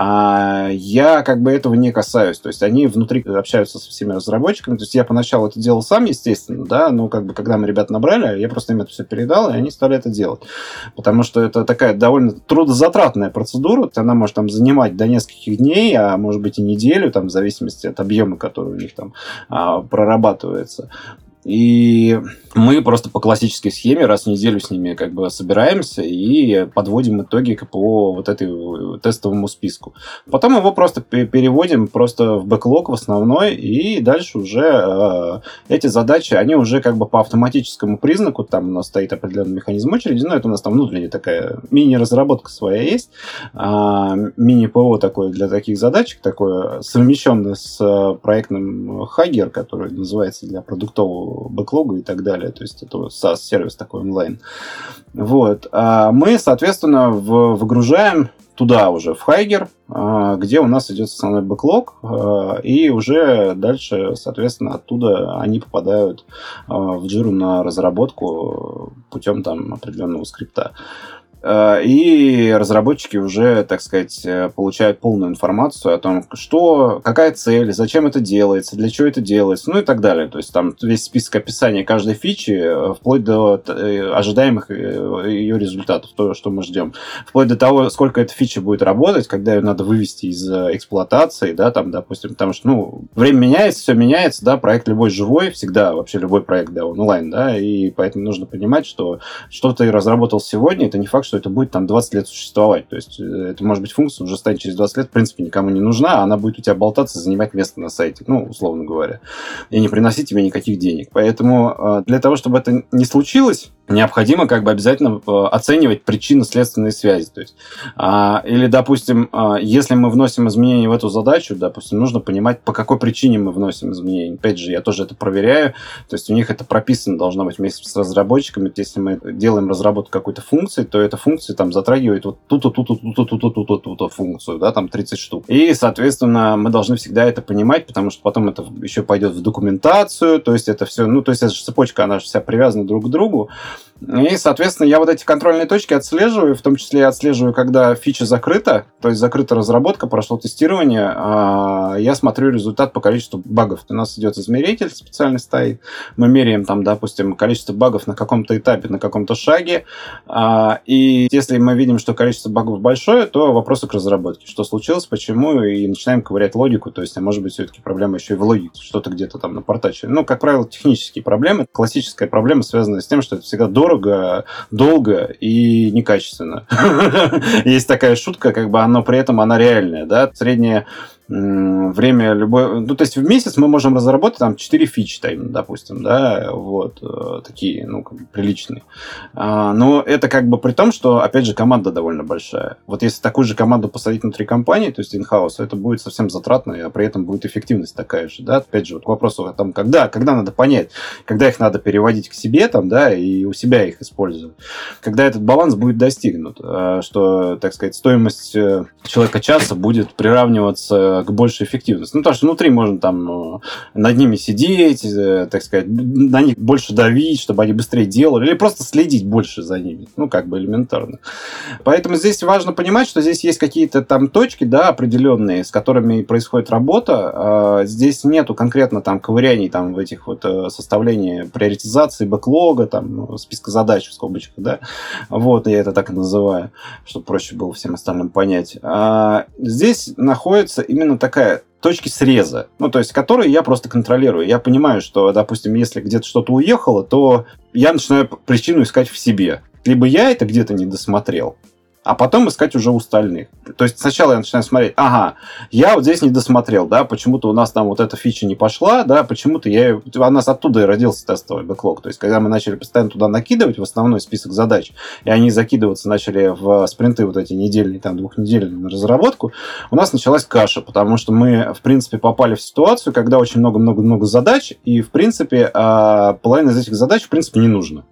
я как бы этого не касаюсь. То есть они внутри общаются со всеми разработчиками. То есть я поначалу это делал сам, естественно, да, но как бы когда мы ребят набрали, я просто им это все передал, и они стали это делать. Потому что это такая довольно трудозатратная процедура. Она может занимать до нескольких дней, а может быть и неделю, в зависимости от объема, который у них прорабатывается. И мы просто по классической схеме раз в неделю с ними как бы собираемся и подводим итоги по вот этой тестовому списку. Потом его просто переводим просто в бэклог в основной, и дальше уже эти задачи, они уже как бы по автоматическому признаку, там у нас стоит определенный механизм очереди, это у нас там внутренняя такая мини-разработка своя есть, мини-ПО такое для таких задачек, такое совмещенное с проектным Hugger, который называется для продуктового бэклога и так далее. То есть это SaaS-сервис такой онлайн. Вот. А мы, соответственно, выгружаем туда уже, в Hugger, где у нас идет основной бэклог, и уже дальше, соответственно, оттуда они попадают в Jira на разработку путем определенного скрипта. И разработчики уже, так сказать, получают полную информацию о том, какая цель, зачем это делается, для чего это делается, и так далее. То есть там весь список описания каждой фичи, вплоть до ожидаемых ее результатов, то, что мы ждем. Вплоть до того, сколько эта фича будет работать, когда ее надо вывести из эксплуатации, да, допустим, потому что, время меняется, все меняется, да, проект любой живой, всегда, вообще любой проект, да, онлайн, да, и поэтому нужно понимать, что ты разработал сегодня, это не факт, что это будет 20 лет существовать. То есть это может быть функция уже станет через 20 лет, в принципе, никому не нужна, а она будет у тебя болтаться, занимать место на сайте, условно говоря, и не приносить тебе никаких денег. Поэтому для того, чтобы это не случилось, необходимо как бы обязательно оценивать причинно-следственные связи. То есть, или, допустим, если мы вносим изменения в эту задачу, допустим, нужно понимать, по какой причине мы вносим изменения. Опять же, я тоже это проверяю. То есть у них это прописано должно быть вместе с разработчиками. Если мы делаем разработку какой-то функции, то эта функция там затрагивает вот ту-то функцию, да, там 30 штук. И, соответственно, мы должны всегда это понимать, потому что потом это еще пойдет в документацию, то есть это все, ну, то есть эта цепочка, она же вся привязана друг к другу. И, соответственно, я вот эти контрольные точки отслеживаю, в том числе отслеживаю, когда фича закрыта, то есть закрыта разработка, прошло тестирование, я смотрю результат по количеству багов. У нас идет измеритель специально стоит, мы меряем там, допустим, количество багов на каком-то этапе, на каком-то шаге, и если мы видим, что количество багов большое, то вопросы к разработке. Что случилось, почему, и начинаем ковырять логику, то есть, а может быть, все-таки проблема еще и в логике, что-то где-то там напортачили. Ну, как правило, технические проблемы. Классическая проблема связана с тем, что это всегда дорого, долго и некачественно. Есть такая шутка, как бы, но при этом она реальная, да, среднее время любой... Ну, то есть в месяц мы можем разработать там 4 фичи, допустим, да, вот, такие, ну, как бы приличные. Но это как бы при том, что, опять же, команда довольно большая. Вот если такую же команду посадить внутри компании, то есть in-house, это будет совсем затратно, а при этом будет эффективность такая же, да. Опять же, вот к вопросу о том, когда надо понять, когда их надо переводить к себе, там, да, и у себя их использовать. Когда этот баланс будет достигнут, что, так сказать, стоимость человека-часа будет приравниваться к большей эффективности. Ну, потому что внутри можно там над ними сидеть, так сказать, на них больше давить, чтобы они быстрее делали, или просто следить больше за ними. Ну, как бы элементарно. Поэтому здесь важно понимать, что здесь есть какие-то там точки, да, определенные, с которыми происходит работа. Здесь нету конкретно там ковыряний там в этих вот составлении приоритизации бэклога, там, списка задач в скобочках, да. Вот, я это так и называю, чтобы проще было всем остальным понять. Здесь находится именно такая точки среза, ну, то есть, которые я просто контролирую. Я понимаю, что, допустим, если где-то что-то уехало, то я начинаю причину искать в себе. Либо я это где-то не досмотрел, а потом искать уже у остальных. То есть сначала я начинаю смотреть, ага, я вот здесь не досмотрел, да, почему-то у нас там вот эта фича не пошла, да, почему-то у нас оттуда и родился тестовый бэклог. То есть когда мы начали постоянно туда накидывать в основной список задач, и они закидываться начали в спринты вот эти недельные, там, двухнедельные на разработку, у нас началась каша, потому что мы, в принципе, попали в ситуацию, когда очень много-много-много задач, и, в принципе, половина из этих задач, в принципе, не нужна.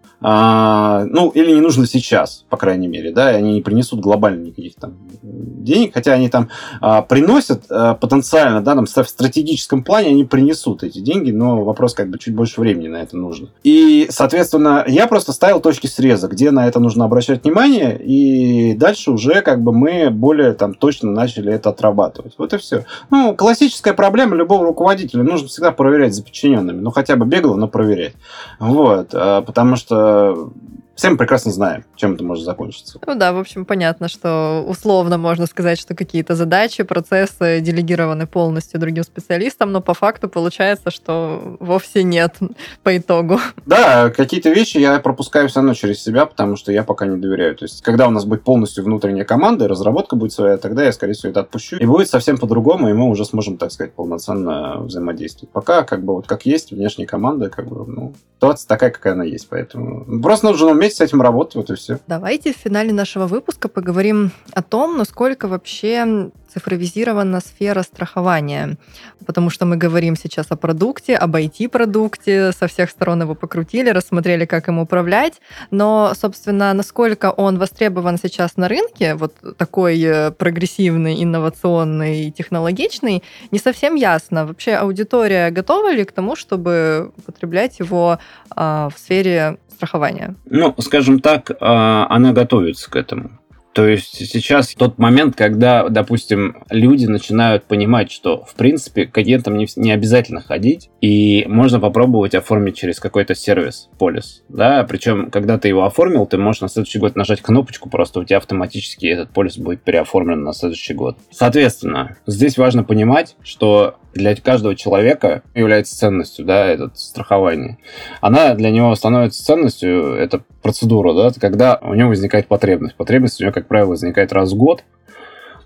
Ну, или не нужно сейчас, по крайней мере, да, и они не принесут глобально никаких там денег, хотя они там приносят потенциально, да, там в стратегическом плане они принесут эти деньги, но вопрос как бы чуть больше времени на это нужно. И, соответственно, я просто ставил точки среза, где на это нужно обращать внимание, и дальше уже как бы мы более там точно начали это отрабатывать. Вот и все. Ну, классическая проблема любого руководителя, нужно всегда проверять за подчиненными, ну, хотя бы бегло, но проверять. Вот, потому что все мы прекрасно знаем, чем это может закончиться. Ну да, в общем, понятно, что условно можно сказать, что какие-то задачи, процессы делегированы полностью другим специалистам, но по факту получается, что вовсе нет по итогу. Да, какие-то вещи я пропускаю все равно через себя, потому что я пока не доверяю. То есть, когда у нас будет полностью внутренняя команда, разработка будет своя, тогда я, скорее всего, это отпущу. И будет совсем по-другому, и мы уже сможем, так сказать, полноценно взаимодействовать. Пока, как бы, вот как есть, внешняя команда, как бы, ну, ситуация такая, какая она есть. Поэтому просто нужно уметь с этим работать, вот и все. Давайте в финале нашего выпуска поговорим о том, насколько вообще цифровизирована сфера страхования. Потому что мы говорим сейчас о продукте, об IT-продукте, со всех сторон его покрутили, рассмотрели, как им управлять. Но, собственно, насколько он востребован сейчас на рынке, вот такой прогрессивный, инновационный, технологичный, не совсем ясно. Вообще аудитория готова ли к тому, чтобы употреблять его в сфере страхования? Ну, скажем так, она готовится к этому. То есть сейчас тот момент, когда, допустим, люди начинают понимать, что, в принципе, к агентам не обязательно ходить, и можно попробовать оформить через какой-то сервис, полис. Да? Причем, когда ты его оформил, ты можешь на следующий год нажать кнопочку, просто у тебя автоматически этот полис будет переоформлен на следующий год. Соответственно, здесь важно понимать, что для каждого человека является ценностью, да, это страхование. Она для него становится ценностью, это процедура, да, когда у него возникает потребность. Потребность у него, как правило, возникает раз в год.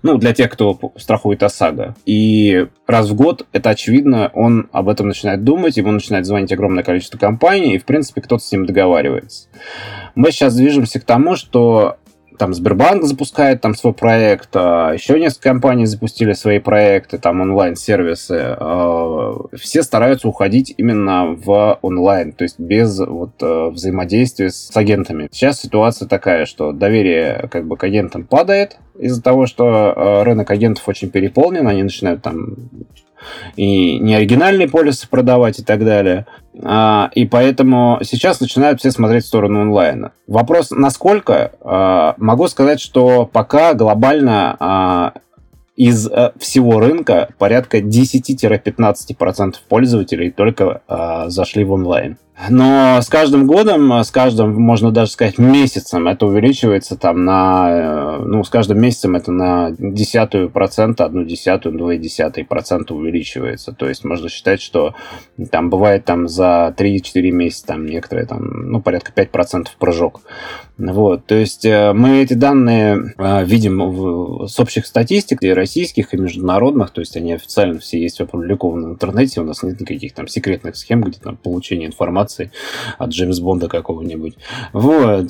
Ну, для тех, кто страхует ОСАГО. И раз в год, это очевидно, он об этом начинает думать, ему начинает звонить огромное количество компаний, и, в принципе, кто-то с ним договаривается. Мы сейчас движемся к тому, что там Сбербанк запускает там свой проект, еще несколько компаний запустили свои проекты, там онлайн-сервисы. Все стараются уходить именно в онлайн, то есть без взаимодействия с агентами. Сейчас ситуация такая, что доверие как бы к агентам падает из-за того, что рынок агентов очень переполнен, они начинают там и неоригинальные полисы продавать и так далее. И поэтому сейчас начинают все смотреть в сторону онлайна. Вопрос, насколько? Могу сказать, что пока глобально из всего рынка порядка 10-15% пользователей только зашли в онлайн. Но с каждым годом, с каждым, можно даже сказать, месяцем это увеличивается там с каждым месяцем это на 0,1%, 0,1-0,2% увеличивается. То есть можно считать, что там бывает там за 3-4 месяца там некоторые там, порядка 5% прыжок. Вот. То есть мы эти данные видим с общих статистик, и российских, и международных, то есть они официально все есть опубликованы в интернете, у нас нет никаких там секретных схем, где там получение информации от Джеймса Бонда какого-нибудь. Вот.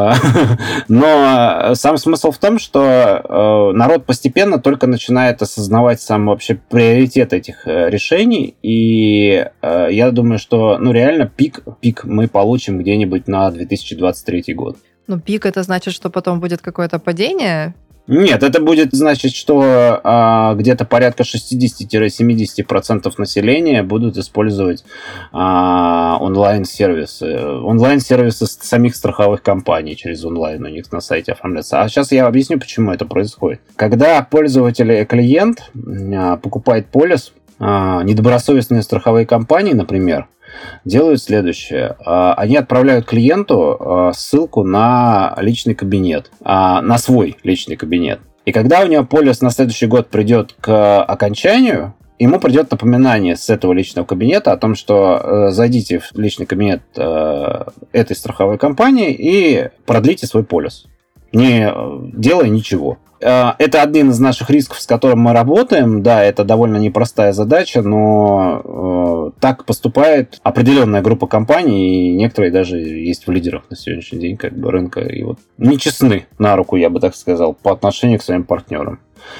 Но сам смысл в том, что народ постепенно только начинает осознавать сам вообще приоритет этих решений, и я думаю, что реально пик мы получим где-нибудь на 2023 год. Пик это значит, что потом будет какое-то падение? Нет, это будет значить, что где-то порядка 60-70% населения будут использовать онлайн-сервисы. Онлайн-сервисы самих страховых компаний через онлайн у них на сайте оформляются. А сейчас я объясню, почему это происходит. Когда пользователь, клиент покупает полис, недобросовестные страховые компании, например, делают следующее. Они отправляют клиенту ссылку на личный кабинет, на свой личный кабинет. И когда у него полис на следующий год придет к окончанию, ему придет напоминание с этого личного кабинета о том, что зайдите в личный кабинет этой страховой компании и продлите свой полис, не делая ничего. Это один из наших рисков, с которым мы работаем. Да, это довольно непростая задача, но так поступает определенная группа компаний, и некоторые даже есть в лидерах на сегодняшний день рынка. И нечестны на руку, я бы так сказал, по отношению к своим партнерам.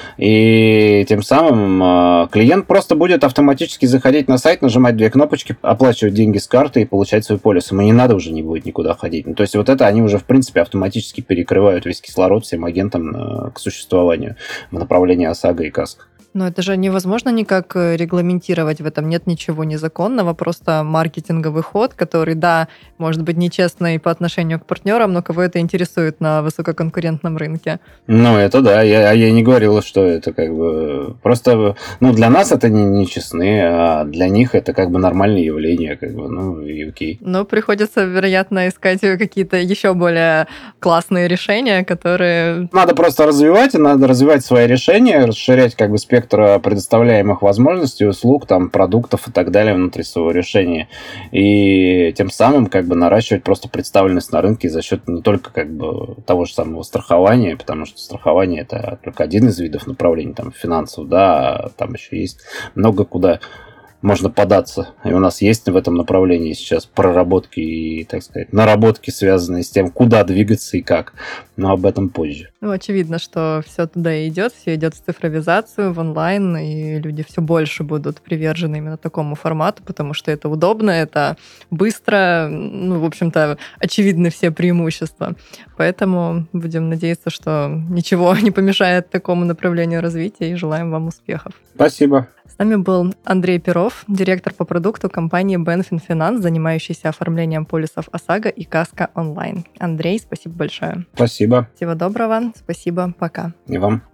И тем самым клиент просто будет автоматически заходить на сайт, нажимать две кнопочки, оплачивать деньги с карты и получать свой полис. Ему не надо уже не будет никуда ходить. То есть это они уже в принципе автоматически перекрывают весь кислород всем агентам к существованию в направлении ОСАГО и КАСКО. Но это же невозможно никак регламентировать, в этом нет ничего незаконного, просто маркетинговый ход, который, да, может быть нечестный по отношению к партнерам, но кого это интересует на высококонкурентном рынке. Это да, я не говорил, что это просто, для нас это не честны, а для них это нормальное явление, и окей. Но приходится, вероятно, искать какие-то еще более классные решения, которые... Надо просто развивать свои решения, расширять спектр предоставляемых возможностей, услуг, продуктов и так далее внутри своего решения. И тем самым наращивать просто представленность на рынке за счет не только того же самого страхования, потому что страхование это только один из видов направлений финансов, да, там еще есть много куда можно податься. И у нас есть в этом направлении сейчас проработки и, так сказать, наработки, связанные с тем, куда двигаться и как. Но об этом позже. Очевидно, что все туда и идет, все идет в цифровизацию, в онлайн, и люди все больше будут привержены именно такому формату, потому что это удобно, это быстро, в общем-то, очевидны все преимущества. Поэтому будем надеяться, что ничего не помешает такому направлению развития, и желаем вам успехов. Спасибо. С нами был Андрей Перов, директор по продукту компании BenFinFinance, занимающийся оформлением полисов ОСАГО и КАСКО онлайн. Андрей, спасибо большое. Спасибо. Всего доброго. Спасибо. Пока. И вам.